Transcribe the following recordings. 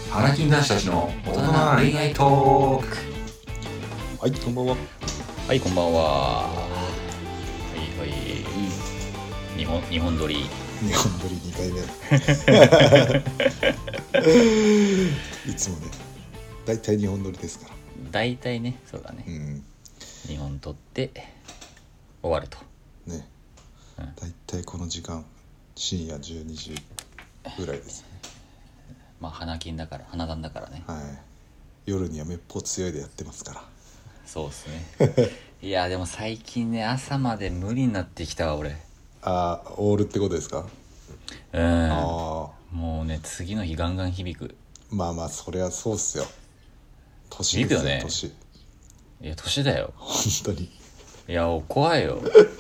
花金男子たちの大人な恋愛トーク。 はい、こんばんは。 はい、こんばんは。はいはい。日本撮り。 日本撮り2回目。いつもね、だいたい日本撮りですから。 大体ね、そうだね。日本撮って終わると。 ね。だいたいこの時間、深夜12時ぐらいですね。 まあ花金だから、花壇だからね。 はい。夜にはめっぽう強いでやってますから。 そうですね。いやでも最近ね、朝まで無理になってきたわ俺。 ああ、オールってことですか？ ああ。もうね、次の日ガンガン響く。 まあまあ、それはそうっすよ。年ですよ、 ね、 年。 いや、年だよ。 本当に。 いや、怖いよ。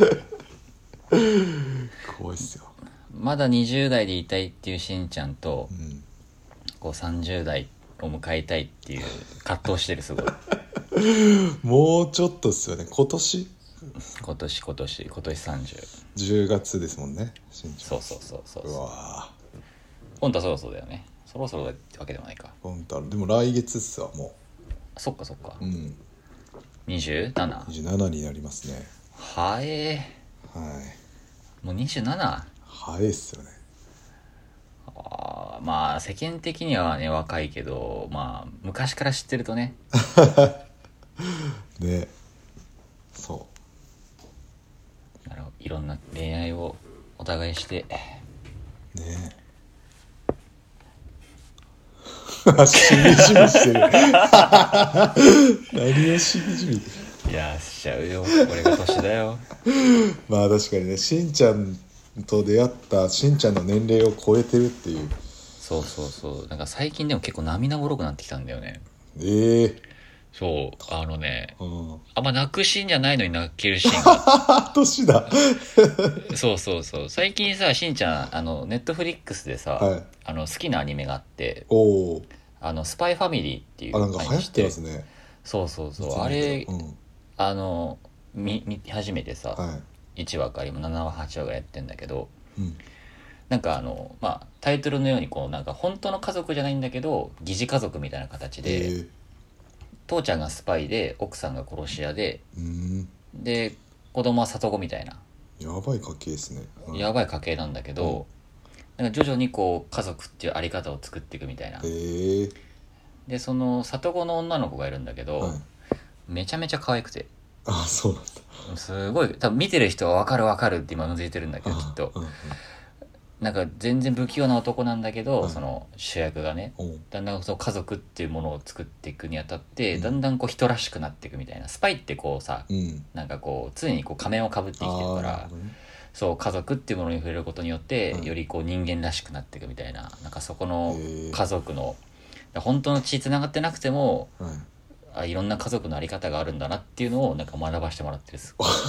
怖いっすよ。 まだ20代でいたいっていうしんちゃんと、こう30代を迎えたいっていう葛藤してる、すごい。 もうちょっとっすよね。今年 30。 10月ですもんね。 そう。 うわ本当はそろそろだよね。そろそろってわけでもないか。 本当でも来月っすわ、もそっか。 27 27 になりますね。 はい。もう 27？ 早いっすよね。 まあ世間的にはね若いけど、まあ昔から知ってるとね。 ね、そいろんな恋愛をお互いしてね。しみじみしてる。何をしみじみ。 いやしちゃうよ、これが年だよ。 まあ確かにね、しんちゃんと出会ったしんちゃんの年齢を超えてるっていう。 そうなんか最近でも結構涙もろくなってきたんだよね。そうあんま泣くシーンじゃないのに泣けるシーンが年だ。 そう最近さ、しんちゃんネットフリックスでさ、好きなアニメがあって、スパイファミリーっていうなんか流行ってますね。 そうあれ、見始めてさ、1話から今7話8話ぐらいやってんだけど、なんかまあタイトルのようにこうなんか本当の家族じゃないんだけど疑似家族みたいな形で、父ちゃんがスパイで奥さんが殺し屋で、で子供は里子みたいなやばい家系ですね。 やばい家系なんだけど、なんか徐々にこう家族っていうあり方を作っていくみたいな。でその里子の女の子がいるんだけど、めちゃめちゃ可愛くて、 そうなんだ。 すごい多分見てる人は分かるって今うずいてるんだけど、きっとなんか全然不器用な男なんだけど、その主役がね、だんだんその家族っていうものを作っていくにあたって、だんだんこう人らしくなっていくみたいな。スパイってこうさ、なんかこう常にこう仮面をかぶって生きてるから、そう家族っていうものに触れることによって、よりこう人間らしくなっていくみたいな。なんかそこの家族の本当の血つながってなくても、いろんな家族のあり方があるんだなっていうのをなんか学ばせてもらってる。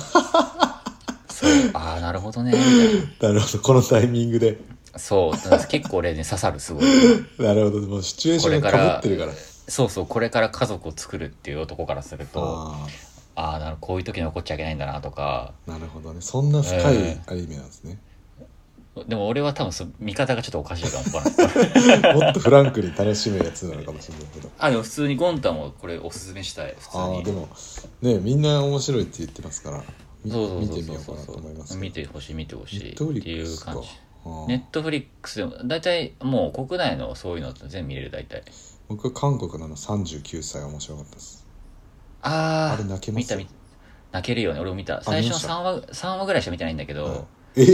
そうなるほどねみたいな。 なるほど、このタイミングで。 そう結構俺ね刺さる、すごい。 なるほど、もうシチュエーションがかぶってるから。 そうこれから家族を作るっていう男からすると、こういう時に怒っちゃいけないんだなとか。 なるほどね、そんな深いアニメなんですね。 でも俺は多分見方がちょっとおかしいかもわからない。 もっとフランクに楽しむやつなのかもしれないけど。 でも普通にゴンタもこれおすすめしたい、普通に。 でもね、みんな面白いって言ってますから、見てみようかなと思います。 見てほしいっていう感じ。 ネットフリックスでも大体もう国内のそういうのって全部見れる。大体僕は韓国の39歳面白かったです。 あれ泣けます？ 見た泣けるよね。俺も見た。最初の3話ぐらいしか見てないんだけど、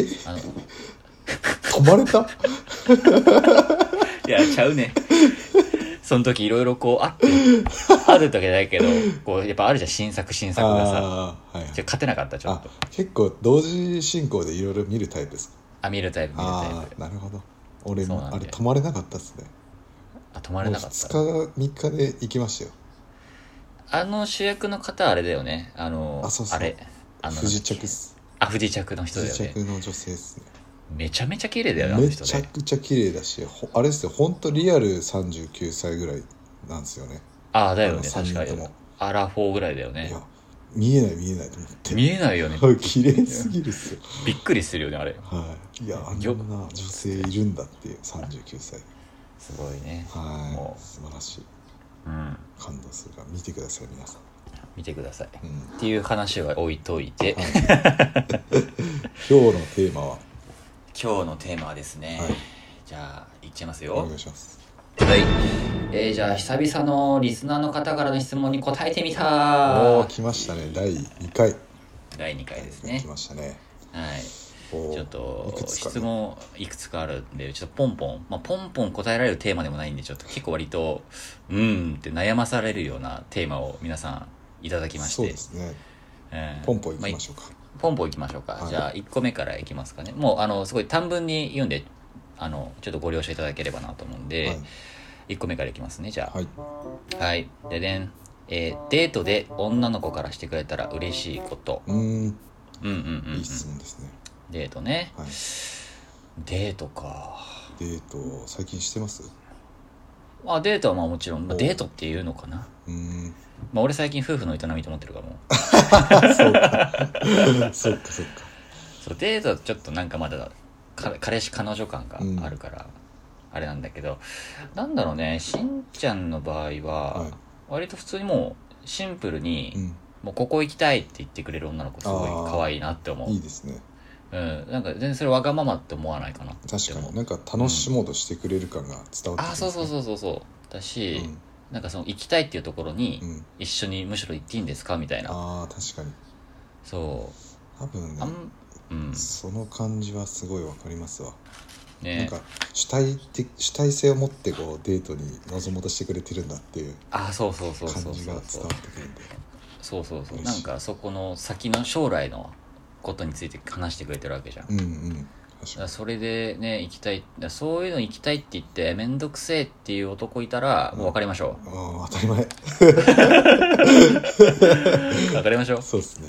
止まれた？ いやちゃうね。その時いろいろこうある時だけど、こうやっぱあるじゃん、新作がさ、勝てなかった。ちょっと結構同時進行でいろいろ見るタイプですか？ 見るタイプ。 なるほど。俺もあれ止まれなかったっすね。 止まれなかった。 2日3日で行きましたよ。 主役の方あれだよね。 そうあれ不時着っす。 不時着の人だよね。 不時着の女性っすね。 めちゃめちゃ綺麗だよね、 めちゃくちゃ綺麗だし、あれですよ、ほんとリアル39歳ぐらいなんですよね。 だよね、確かに。アラフォーぐらいだよね。 いや、見えないと思って。 見えないよね。 綺麗すぎるっすよ。 びっくりするよね、あれ。 いや、あんな女性いるんだっていう。39歳。 すごいね。 はいも素晴らしい。 う、うん、 感動するから見てください皆さん。 見てください、 うんっていう話は置いといて、 はい、今日のテーマは今日のテーマはですね、 はい、 じゃあいっちゃいますおよ。 願いします。 はい、じゃあ久々のリスナーの方からの質問に答えてみおた。 ー来ましたね。第2回第2回ですね。 来ましたね。 はいおーちょっといくつかね質問いくつかあるんでちょっとポンポン、ポンポン答えられるテーマでもないんでちょっと結構割とって悩まされるようなテーマを皆さんいただきまして、 そうですね。ポンポンいきましょうか。 ポンポンいきましょうか、 はい、 じゃあ1個目からいきますかね。もうすごい短文に言うんでちょっとご了承いただければなと思うんで、 はい、 1個目からいきますね。じゃあはい、 はいででん、デートで女の子からしてくれたら嬉しいこと。 いい質問ですね。 デートね、 はい、 デートか。 デート最近してます？ デートはもちろん、デートっていうのかな。俺最近夫婦の営みと思ってるからもうそうかそうかそうデートはちょっとなんかまだ彼氏彼女感があるから、あれなんだけど、なんだろうね、しんちゃんの場合は割と普通にもうシンプルに、もうここ行きたいって言ってくれる女の子すごい可愛いなって思う。 いいですね。 なんか全然それわがままって思わないかな。 確かになんか楽しもうとしてくれる感が伝わってきますね。 そうだし、なんかその行きたいっていうところに一緒にむしろ行っていいんですかみたいな。 確かにそう多分ね、その感じはすごいわかりますわ。なんか主体性を持ってこうデートに臨もうとしてくれてるんだっていう感じが伝わってくるんで、 そうなんかそこの先の将来のことについて話してくれてるわけじゃん。確かにそれでね行きたい、そういうの行きたいって言ってめんどくせえっていう男いたらもう別れましょう。 当たり前別れましょう。 そうですね。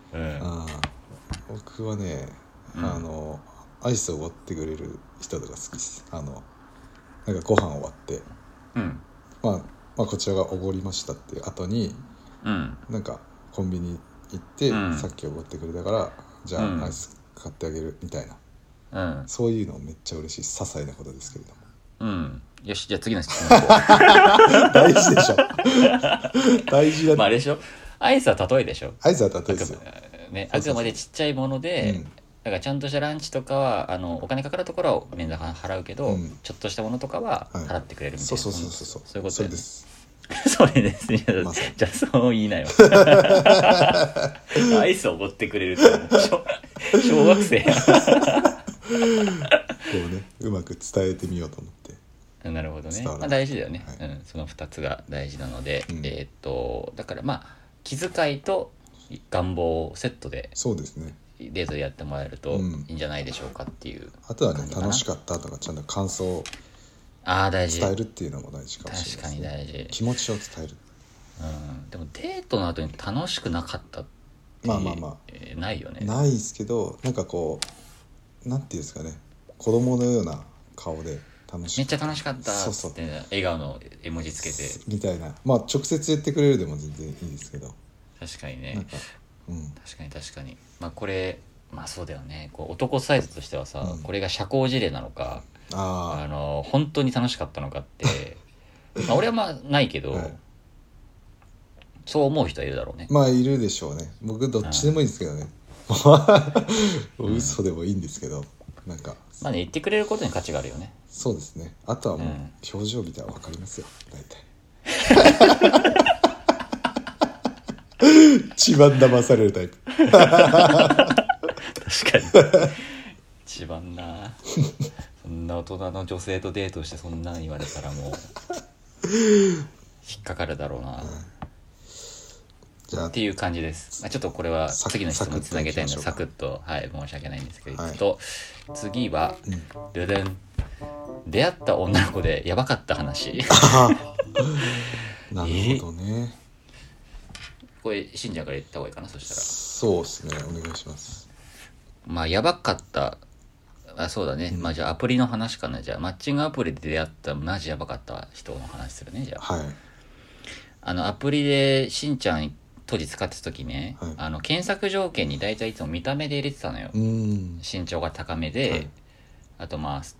僕はね、アイスをおごってくれる人とか好きです。なんかご飯終わって、まあこちらがおごりましたっていう後に、なんかコンビニ行って、さっきおごってくれたからじゃあアイス買ってあげるみたいな、そういうのめっちゃ嬉しい。些細なことですけれども。 よし、じゃあ次の質問大事でしょ大事だ。 あれでしょ、アイスは例えでしょ。 アイスは例えですよね、あくまでちっちゃいもので、だからちゃんとしたランチとかはお金かかるところはみんな払うけど、ちょっとしたものとかは払ってくれるみたいな、 そういうことだよね。 それですそれですじゃあそう言いないわアイスをおごってくれるって小学生やこうねうまく伝えてみようと思って。 なるほどね。大事だよね、その2つが大事なので、だから気遣いと願望をセットでそうですねデートでやってもらえるといいんじゃないでしょうかっていう。 あとはね楽しかったとかちゃんと感想を大事、 伝えるっていうのも大事かもしれないですね。 確かに大事。 気持ちを伝える。 でもデートの後に楽しくなかったってないよね。 ないですけど、なんかこうなんていうんですかね、子供のような顔でめっちゃ楽しかったっつって笑顔の絵文字つけてみたいな、直接言ってくれるでも全然いいですけど。 確かにね。 なんか確かにこれそうだよね。こう男サイズとしてはさ、これが社交辞令なのか本当に楽しかったのかって俺はないけど、そう思う人はいるだろうね。 いるでしょうね。僕どっちでもいいですけどね嘘でもいいんですけど、なんか言ってくれることに価値があるよね。 そうですね。あとはもう表情見たら分かりますよ大体一番騙されるタイプ確かに一番なそんな大人の女性とデートしてそんなん言われたらもう引っかかるだろうな、じゃあっていう感じです。ちょっとこれは次の質問につなげたいのでサクッと申し訳ないんですけど、次はルルン、出会った女の子でヤバかった話なるほどね。 これしんちゃんから言った方がいいかな。そしたらそうですね、お願いします。 ヤバかったそうだね、じゃあアプリの話かな。じゃあマッチングアプリで出会ったマジヤバかった人の話するね。じゃあ、アプリでしんちゃん当時使ってた時ね、検索条件に大体いつも見た目で入れてたのよ。身長が高めで、あとスタイル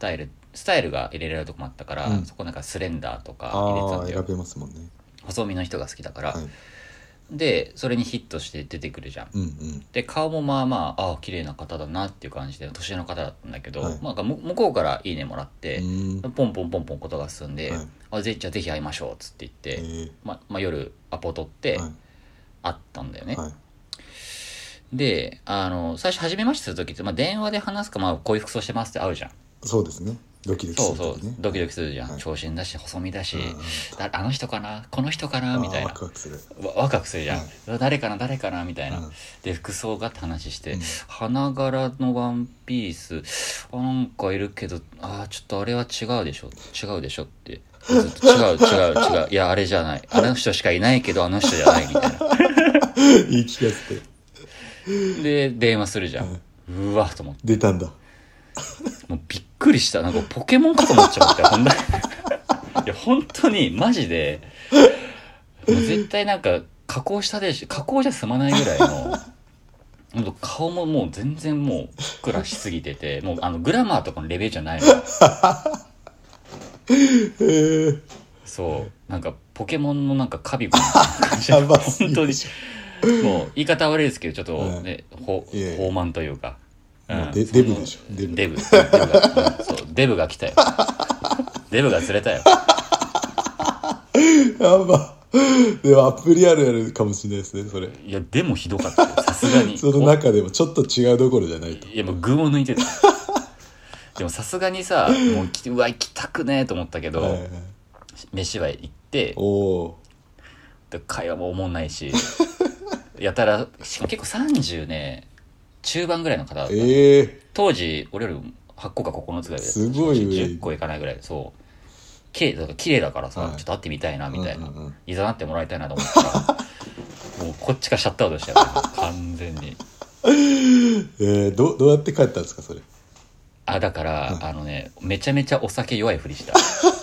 スタイルが入れられるとこもあったから、 うんそこなんかスレンダーとか入れてたんだよ。 選べますもんね。 細身の人が好きだから、 はい、 でそれにヒットして出てくるじゃん、 うんうん、 で顔もまあまあ綺麗な方だなっていう感じで年上の方だったんだけど、 はいまあ、向こうからいいねもらってうんポンポンポンポンことが進んで、 はい、 じゃあぜひ会いましょうっつって言って、まあ、夜アポ取ってはい、 会ったんだよね、 はい、 で最初初めましてする時って、まあ、電話で話すか、まあ、こういう服装してますって会うじゃん。 そうですね。ドキドキする時ね。 そうドキドキするじゃん、 はい、 長身だし細身だし、 うんうん、 あの人かなこの人かなみたいなワクワクするワクワクするじゃん、 はい、 誰かなみたいな、 うん、 で服装がって話して、 うん、 花柄のワンピースなんかいるけどちょっとあれは違うでしょってずっと違ういやあれじゃないあの人しかいないけどあの人じゃないみたいな言い聞かせてで電話するじゃん、うわと思って出たんだ。 もうびっくりした。なんかポケモンかと思っちゃったよ。いや本当にマジでもう絶対なんか加工じゃ済まないぐらいのほんと顔ももう全然もうふっくらしすぎてて、もうグラマーとかのレベルじゃないの。そうなんかポケモンのなんかカビゴンみたいな感じで本当にもう言い方悪いですけどちょっとね、豊満というか、 もうデブでしょ。デブが来たよ。デブが釣れたよ。 やば。でもアプリあるあるかもしれないですね、それ。 いやでもひどかったよ、さすがに。 その中でもちょっと違うどころじゃないと。 いやもう群を抜いてた。でもさすがにさ、もう行きたくねえと思ったけど、飯は行って、で会話もおもんないし、やたらしかも結構30ね中盤ぐらいの方だった、当時俺より8個か9つぐらいですごい 10個いかないぐらいで、そう綺麗だからさ、ちょっと会ってみたいなみたいな、いざなってもらいたいなと思ったらもうこっちがシャットアウトしたよ完全に。 どうやって帰ったんですかそれ。 だから、めちゃめちゃお酒弱いふりした。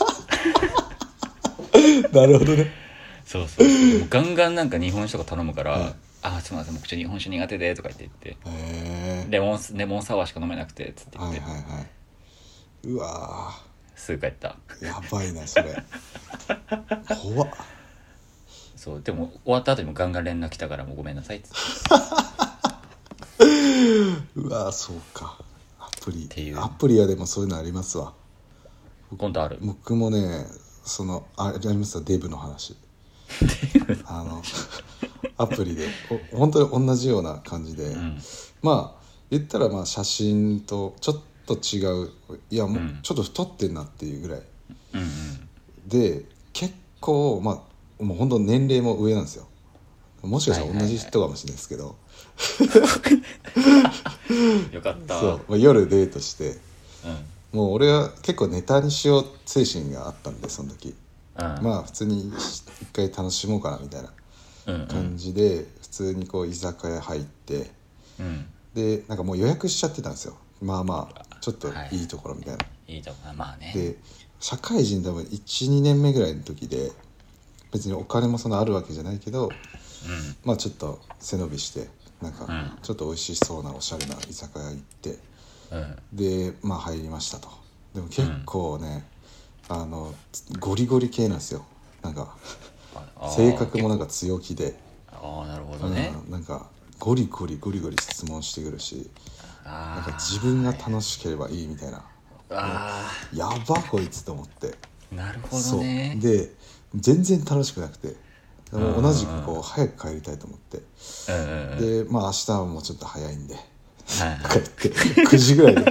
なるほどね。 そうガンガンなんか日本酒とか頼むから、すみません僕日本酒苦手でとか言ってレモンサワーしか飲めなくてつって言って、 うわすぐ帰った。 やばいなそれ。怖っ。 そうでも終わった後にもガンガン連絡来たからもうごめんなさいっつってうわそうか。アプリはでもそういうのありますわ。 今度ある。 僕もねありますよデブの話。アプリで本当に同じような感じで、まあ言ったらまあ写真とちょっと違う、いやもうちょっと太ってんなっていうぐらい、で結構まあもう本当年齢も上なんですよ。もしかしたら同じ人かもしれないですけど、 よかった。 そう、夜デートして、もう俺は結構ネタにしよう精神があったんでその時、まあ普通に一回楽しもうかなみたいな感じで、普通にこう居酒屋入って、でなんかもう予約しちゃってたんですよ。まあまあちょっといいところみたいな、 いいところまあね。 で社会人多分 1,2 年目ぐらいの時で、別にお金もそんなあるわけじゃないけど、まあちょっと背伸びしてなんかちょっと美味しそうなおしゃれな居酒屋行って、でまあ入りましたと。でも結構ね、ゴリゴリ系なんですよ。なんか性格もなんか強気で、 なるほどね、 なんかゴリゴリ質問してくるし、なんか自分が楽しければいいみたいな、やばこいつと思って。 なるほどね。 そうで全然楽しくなくて、同じくこう早く帰りたいと思って、でまあ明日はもうちょっと早いんで帰って9時ぐらいに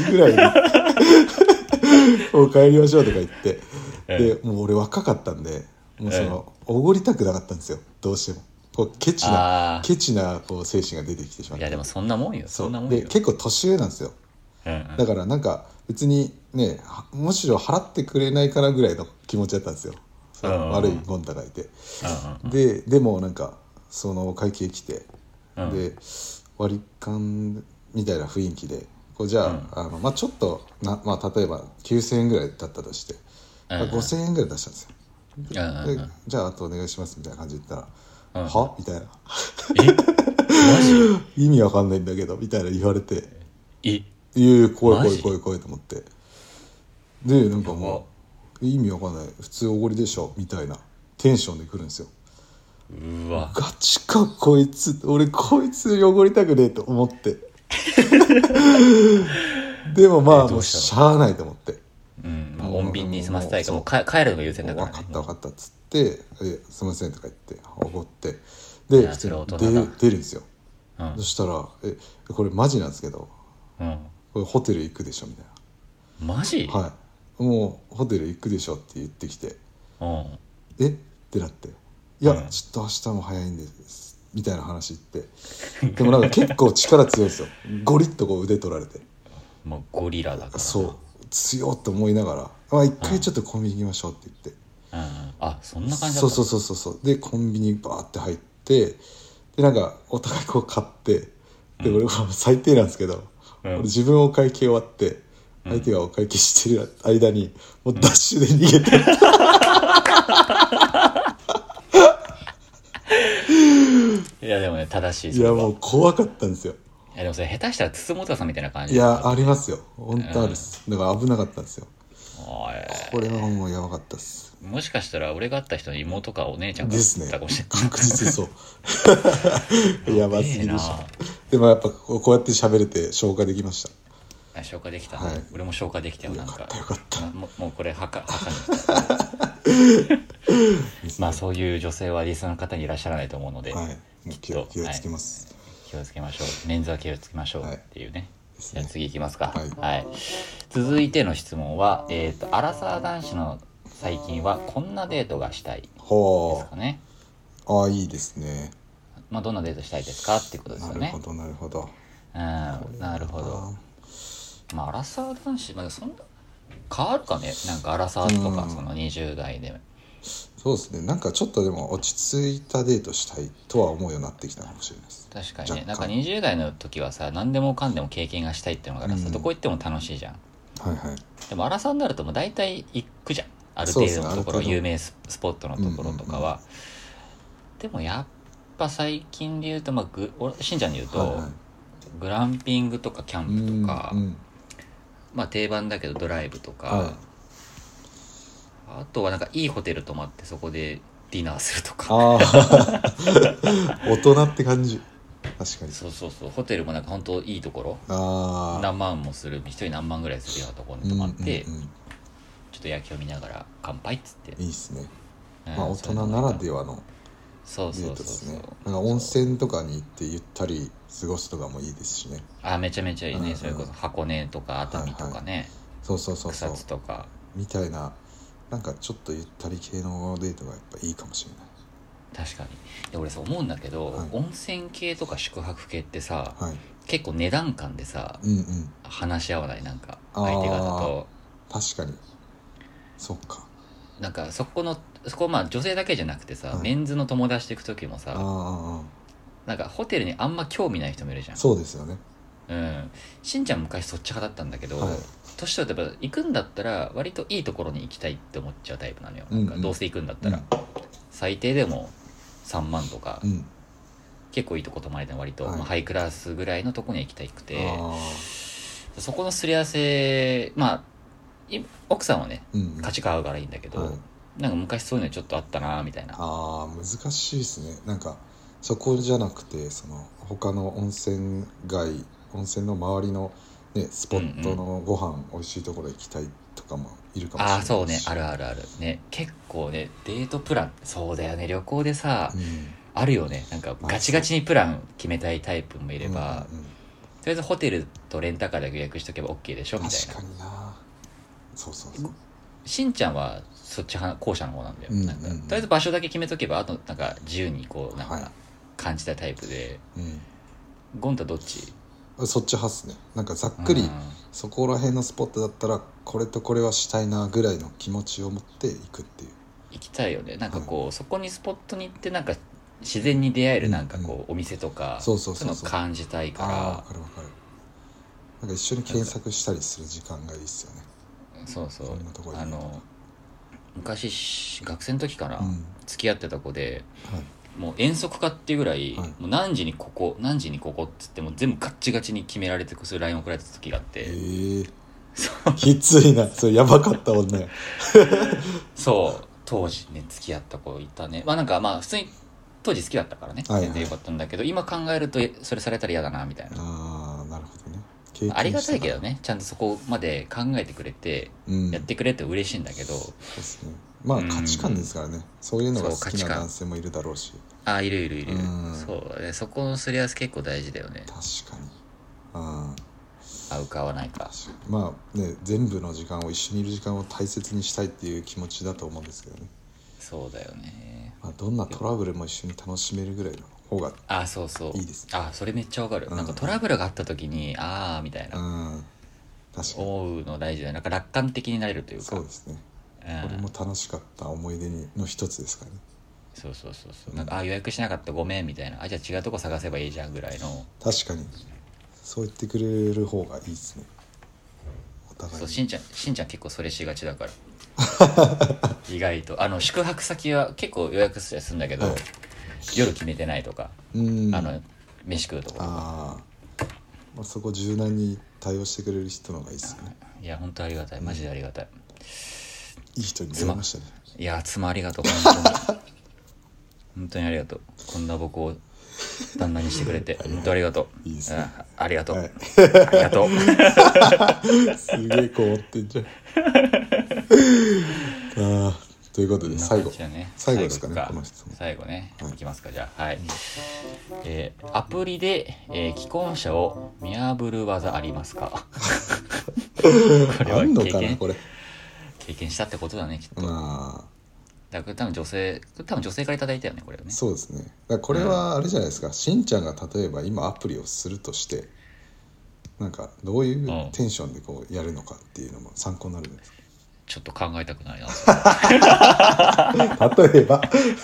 もう帰りましょうとか言って、でもう俺若かったんで、もうおごりたくなかったんですよ。どうしてもこうケチなこう精神が出てきてしまって。 いやでもそんなもんよ。 で結構年上なんですよ。だからなんか別にね、むしろ払ってくれないかなぐらいの気持ちだったんですよ。悪いゴンタがいて、でもなんかその会計来て、で割り勘みたいな雰囲気でこうじゃあ、まあちょっとまあ例えば9,000円ぐらいだったとして、5,000円ぐらい出したんですよ。でじゃああとお願いしますみたいな感じで言ったら、はみたいなマジ意味わかんないんだけどみたいな言われて、いや怖いと思って、 でなんかもう意味わかんない普通おごりでしょみたいなテンションで来るんですよ。 うわガチかこいつ、俺こいつにおごりたくねえと思ってでもまあもうしゃあないと思って、 まあ、穏便に済ませたいからもう帰るのが優先だから、ね、 分かった分かったっつって「すいません」とか言っておごってで普通に出るんですよ、そしたら「これマジなんですけど、これホテル行くでしょ」みたいな。マジ？ はい、もうホテル行くでしょって言ってきてえってなって、いや、ちょっと明日も早いんですみたいな話言ってでもなんか結構力強いですよゴリッとこう腕取られて、 もうゴリラだからそう強って思いながら、まあ、一回ちょっとコンビニ行きましょうって言って、 あそんな感じだった。 そうでコンビニバーって入ってでなんかお互いこう買ってで俺は最低なんですけど、俺自分お会計終わって相手がお会計してる間にもうダッシュで逃げていやでもね正しい。 いやもう怖かったんですよ。 いやでもそれ下手したら筒本さんみたいな感じ。 いやありますよ本当あるっす、だから危なかったんですよ。これはもうやばかったっす。 もしかしたら俺が会った人の妹かお姉ちゃんがですね、 かもしれない。 確実そうやばすぎるし、でもやっぱこうやって喋れて消化できました。 消化できたね、はい、俺も消化できたよ。なんかよかった、 もうこれ墓にまあそういう女性はリスナーの方にいらっしゃらないと思うので、 はい、気をつけます、 はい、気をつけましょう。メンズは気をつけましょうっていうね、じゃあ次いきますか。はい、続いての質問はアラサー男子の最近はこんなデートがしたいですかね。 ああいいですね。 まあどんなデートしたいですかっていうことですよね。 なるほどなるほど。まあアラサー男子、まあ、そんな変わるかね。なんかアラサーとかその20代で、 そうですね。なんかちょっとでも落ち着いたデートしたいとは思うようになってきたかもしれないです。 確かにね。なんか20代の時はさ何でもかんでも経験がしたいっていうのがさ、どこ行っても楽しいじゃん。 はいはい。 でもアラサーになるともう大体行くじゃん。ある程度のところ、有名スポットのところとかは、でもやっぱ最近で言うと、まあしんちゃんに言うと、グランピングとかキャンプとか、まあ定番だけどドライブとか、あとはなんかいいホテル泊まってそこでディナーするとか。 大人って感じ。確かに。 そうホテルもなんか本当いいところ、何万もする、一人何万ぐらいするようなところに泊まって、ちょっと野球を見ながら乾杯っつって。 いいっすね。まあ大人ならではのデートですね。なんか温泉とかに行ってゆったり過ごすとかもいいですしね。 めちゃめちゃいいね。それこそ箱根とか熱海とかね、 草津とかみたいな、なんかちょっとゆったり系のデートがやっぱいいかもしれない。 確かに。で俺そう思うんだけど、温泉系とか宿泊系ってさ、結構値段感でさ、話し合わない。なんか相手方と。 確かにそっか。 なんかそこまあ女性だけじゃなくてさ、メンズの友達と行く時もさ、なんかホテルにあんま興味ない人もいるじゃん。 そうですよね。 しんちゃん昔そっち派だったんだけど、年取ってやっぱ行くんだったら割といいところに行きたいって思っちゃうタイプなのよ。なんかどうせ行くんだったら、最低でも3万とか、結構いいとこ泊まりで割と、ハイクラスぐらいのとこに行きたくて、そこのすり合わせ、まあ奥さんはね、価値観合うからいいんだけど、なんか昔そういうのちょっとあったなみたいな。 難しいですね。なんかそこじゃなくてその他の温泉の周りの、ね、スポットのご飯、美味しいところ行きたいとかもいるかもしれないし。 そうね、あるね。結構ねデートプランそうだよね。旅行でさ、あるよね。なんかガチガチにプラン決めたいタイプもいれば、とりあえずホテルとレンタカーだけ予約しとけば OK でしょみたいな。 確かにな。そうしんちゃんはそっち後者の方なんだよ。なんかとりあえず場所だけ決めとけばあとなんか自由にこうなんか感じたタイプで、ゴンタどっち？ そっち派っすね。なんかざっくりそこら辺のスポットだったらこれとこれはしたいなぐらいの気持ちを持っていくっていう。 行きたいよね。なんかこう、そこにスポットに行ってなんか自然に出会えるなんかこう、お店とかそういうの感じたいから。 わかる。なんか一緒に検索したりする時間がいいっすよね。 そう昔学生の時かな、付き合ってた子で、もう遠足かっていうぐらい、もう何時にここっつっても全部ガッチガチに決められてそういう LINE 送られた時があって、 きついな、それやばかったもんねそう当時ね付き合った子いたね。まあなんかまあ普通に当時好きだったからね、全然よかったんだけど、今考えるとそれされたら嫌だなみたいな。 ああ、なるほどね。 ありがたいけどね、ちゃんとそこまで考えてくれて、やってくれて嬉しいんだけど、そうですね。まあ価値観ですからね、そういうのが好きな男性もいるだろうし。 ああ、いる、そうね、そこのすり合わせ結構大事だよね。 確かに。 合うか合わないか。 まあね、全部の時間を一緒にいる時間を大切にしたいっていう気持ちだと思うんですけどね。 そうだよね。 まあ、どんなトラブルも一緒に楽しめるぐらいの方がいいです、ね。 それめっちゃわかる、なんかトラブルがあった時にああみたいな、 確かに思うの大事だよ。なんか楽観的になれるというか。 そうですね、これも楽しかった思い出の一つですからね。 そう、なんか予約しなかったごめんみたいな、じゃあ違うとこ探せばいいじゃんぐらいの。 確かにそう言ってくれる方がいいですね、お互いに。 そう、しんちゃん結構それしがちだから意外と宿泊先は結構予約するんだけど、夜決めてないとか、飯食うとか、 まあ、そこ柔軟に対応してくれる人の方がいいですよね。 いや本当ありがたい、マジでありがたい、 いい人に出会いましたね。 いや妻ありがとう本当に本当にありがとう、こんな僕を旦那にしてくれて本当ありがとう。 いいですね、 ありがとう、ありがとうすげえこもってんじゃんということで最後ですかね、この質問。 最後ね、いきますか、じゃあ。はい、アプリで、既婚者を見破る技ありますかこれは経験したってことだね、きっと。だから多分女性からいただいたよね、これはね。 そうですね。だからこれはあれじゃないですか、しんちゃんが例えば今アプリをするとして、なんかどういうテンションでこうやるのかっていうのも参考になるじゃないですか。 ちょっと考えたくないな例えば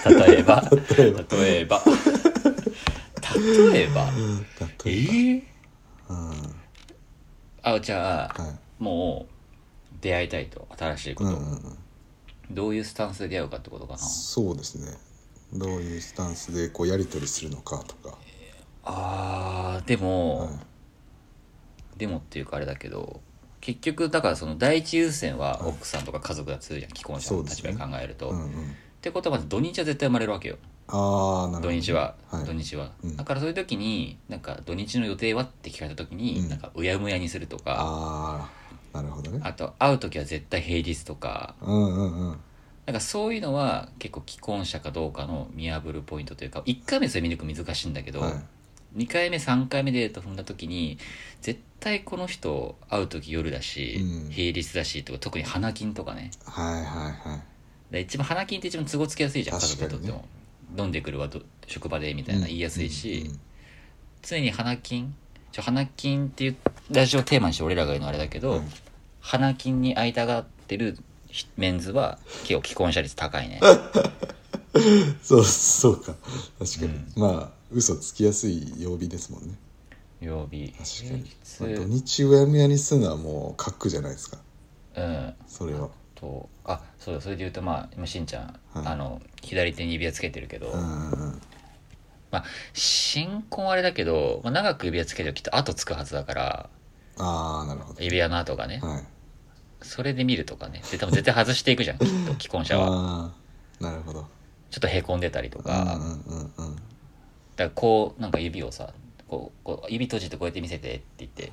じゃあ、もう出会いたいと、新しいこと、どういうスタンスで出会うかってことかな。 そうですね、どういうスタンスでこうやり取りするのかとか。 でもっていうかあれだけど、結局だからその第一優先は奥さんとか家族が強いじゃん、既婚者の立場で考えると、ってことはまず土日は絶対生まれるわけよ。 なるほど。 土日は、だからそういう時になんか土日の予定はって聞かれた時に、なんかうやむやにするとか、 なるほどね。 あと会う時は絶対平日とか、なんかそういうのは結構既婚者かどうかの見破るポイントというか、1回目それ見抜く難しいんだけど、2回目3回目デート踏んだ時に絶対この人会う時夜だし、平日だしとか、特に花金とかね、一番花金って一番都合つきやすいじゃん、家族にとっても。飲んでくるわ職場でみたいな言いやすいし、常に花金っていうラジオテーマにして俺らが言うのはあれだけど、花金に会いたがってるメンズは結構既婚者率高いねそうか、確かに、まあ嘘つきやすい曜日ですもんね。 曜日、 確かに、土日うやむやにするのはもう格じゃないですか。それはそうだ、それで言うと今しんちゃん、左手に指輪つけてるけど、新婚あれだけど、長く指輪つけてるときっと後つくはずだから、 なるほど、 指輪の後がね、それで見るとかね。で多分絶対外していくじゃんきっと既婚者は。 なるほど。 ちょっとへこんでたりとか、だからこうなんか指をさ、こう指閉じてこうやって見せてって言って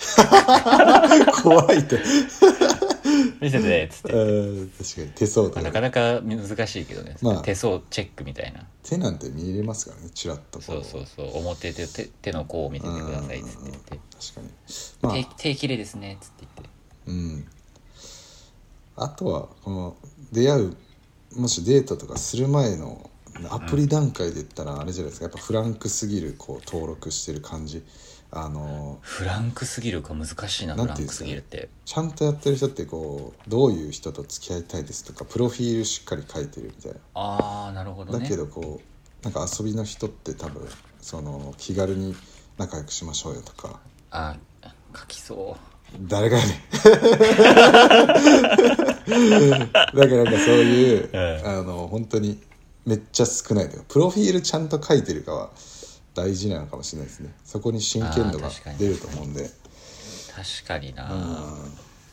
怖いって見せてっつって、 確かに手相とかなかなか難しいけどね、手相チェックみたいな。 手なんて見れますからね、チラッと。 そう表手の甲を見せてくださいっつって言って、 確かに、 手綺麗ですねっつって言って、あとはこの出会う、もしデートとかする前のアプリ段階で言ったらあれじゃないですか、やっぱフランクすぎるこう登録してる感じ。 フランクすぎるか、難しいな。フランクすぎるってちゃんとやってる人ってこうどういう人と付き合いたいですとかプロフィールしっかり書いてるみたいな。 なるほどね。 だけどこうなんか遊びの人って多分その気軽に仲良くしましょうよとか。 書きそう。 誰がやねんだからなんかそういう、本当にめっちゃ少ないとか、プロフィールちゃんと書いてるかは大事なのかもしれないですね。そこに真剣度が出ると思うんで。 確かにな。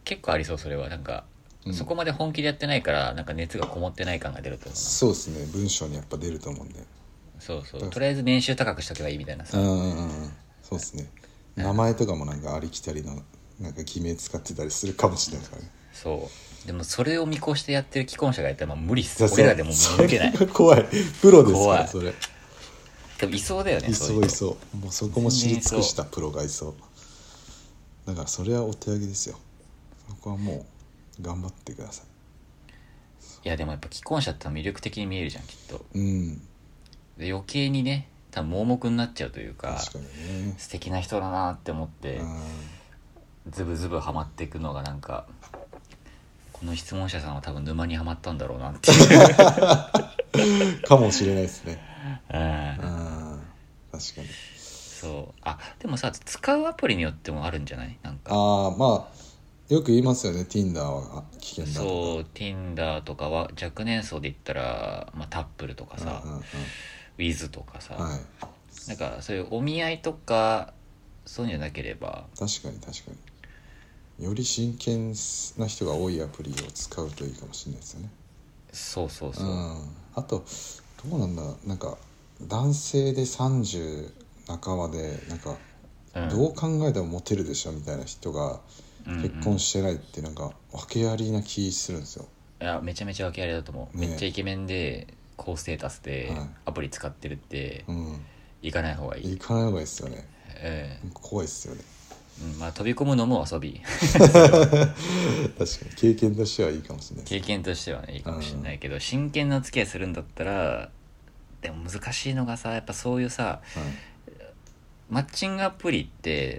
結構ありそう。それはなんか、そこまで本気でやってないからなんか熱がこもってない感が出ると思うな。 そうですね、文章にやっぱ出ると思うんで。 そうそう、とりあえず年収高くしとけばいいみたいなさ。 そうですね、名前とかもなんかありきたりのなんか偽名使ってたりするかもしれないからね。 そうでもそれを見越してやってる既婚者がやったら無理っす。俺らでも抜けない。 怖い、プロですからそれ。 でもいそうだよね。 いそう、もうそこも知り尽くしたプロがいそう。だからそれはお手上げですよ。そこはもう頑張ってください。 いやでもやっぱ既婚者って魅力的に見えるじゃんきっと。で余計にね多分盲目になっちゃうというか、 確かにね、 素敵な人だなって思ってズブズブハマっていくのがなんか、この質問者さんは多分沼にはまったんだろうなっていうかもしれないですね。確かに。 そうでもさ使うアプリによってもあるんじゃない？なんかまあよく言いますよね、 Tinder は危険だとか。 そう Tinder とかは若年層で言ったら、タップルとかさ、Wiz とかさ、なんかそういうお見合いとかそういうんじゃなければ。 確かにより真剣な人が多いアプリを使うといいかもしれないですよね。 そうあとどうなんだ、なんか男性で30半ばでなんか、どう考えてもモテるでしょみたいな人が結婚してないってなんか訳ありな気するんですよ。 いやめちゃめちゃ訳ありだと思う、めっちゃイケメンで高ステータスでアプリ使ってるって、行かない方がいい。 行かない方がいいですよね。怖いですよね。 飛び込むのも遊び確かに経験としてはいいかもしれない。 経験としてはねいいかもしれないけど、真剣なお付き合いするんだったらでも難しいのがさ、やっぱそういうさ、マッチングアプリって、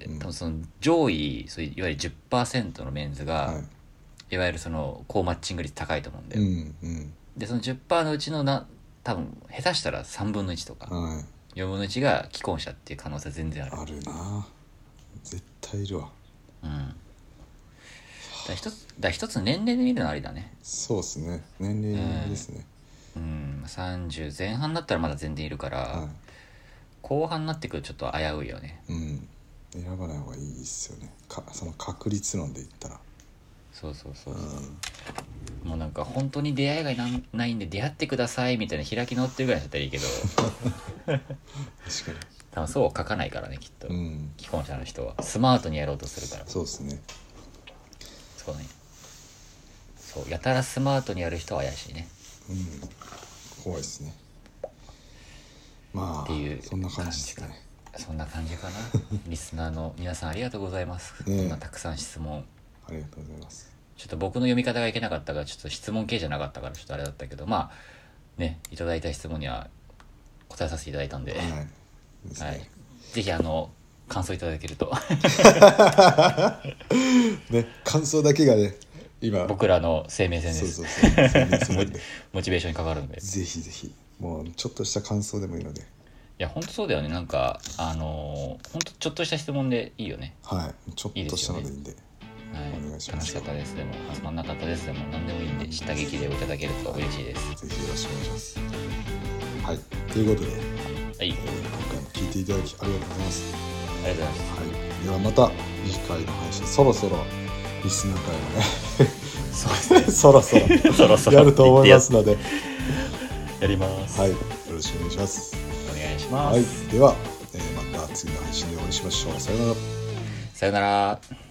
多分その上位そういういわゆる 10% のメンズが、いわゆるその高マッチング率高いと思うんだよ、でその 10% のうちの多分下手したら3分の1とか、4分の1が既婚者っていう可能性全然ある。 あるな、絶対いるわ。 一つ年齢で見るのありだね。 そうですね、年齢ですね。 30前半だったらまだ全然いるから、後半になってくるとちょっと危ういよね。 選ばない方がいいですよね。その確率論で言ったら。 そう、もうなんか本当に出会いがないんで出会ってくださいみたいな開き直ってるぐらいだったらいいけど確かに多分そう書かないからねきっと、既婚者の人はスマートにやろうとするから。 そうですね。 そうやたらスマートにやる人は怪しいね。 怖いですね。っていうそんな感じですね。 そんな感じかなリスナーの皆さんありがとうございます、こんなたくさん質問ありがとうございます。 ちょっと僕の読み方がいけなかったからちょっと質問系じゃなかったからちょっとあれだったけどいただいた質問には答えさせていただいたんで、ぜひ感想いただけると感想だけがね今僕らの生命線です。モチベーションにかかるんでぜひぜひもうちょっとした感想でもいいので。 いや本当そうだよね。なんか本当ちょっとした質問でいいよね。 ちょっとしたのでいいんでお願いします。 楽しかったですでもつまんなかったですでも何でもいいんで下劇でいただけると嬉しいです。 ぜひよろしくお願いします。ということで、今回も聞いていただきありがとうございます。 ありがとうございます。 ではまた次回の配信そろそろリスナー会もねそうですねそろそろやると思いますのでやります。 よろしくお願いします。 お願いします。 では、また次の配信でお会いしましょう。さようなら。 さようなら。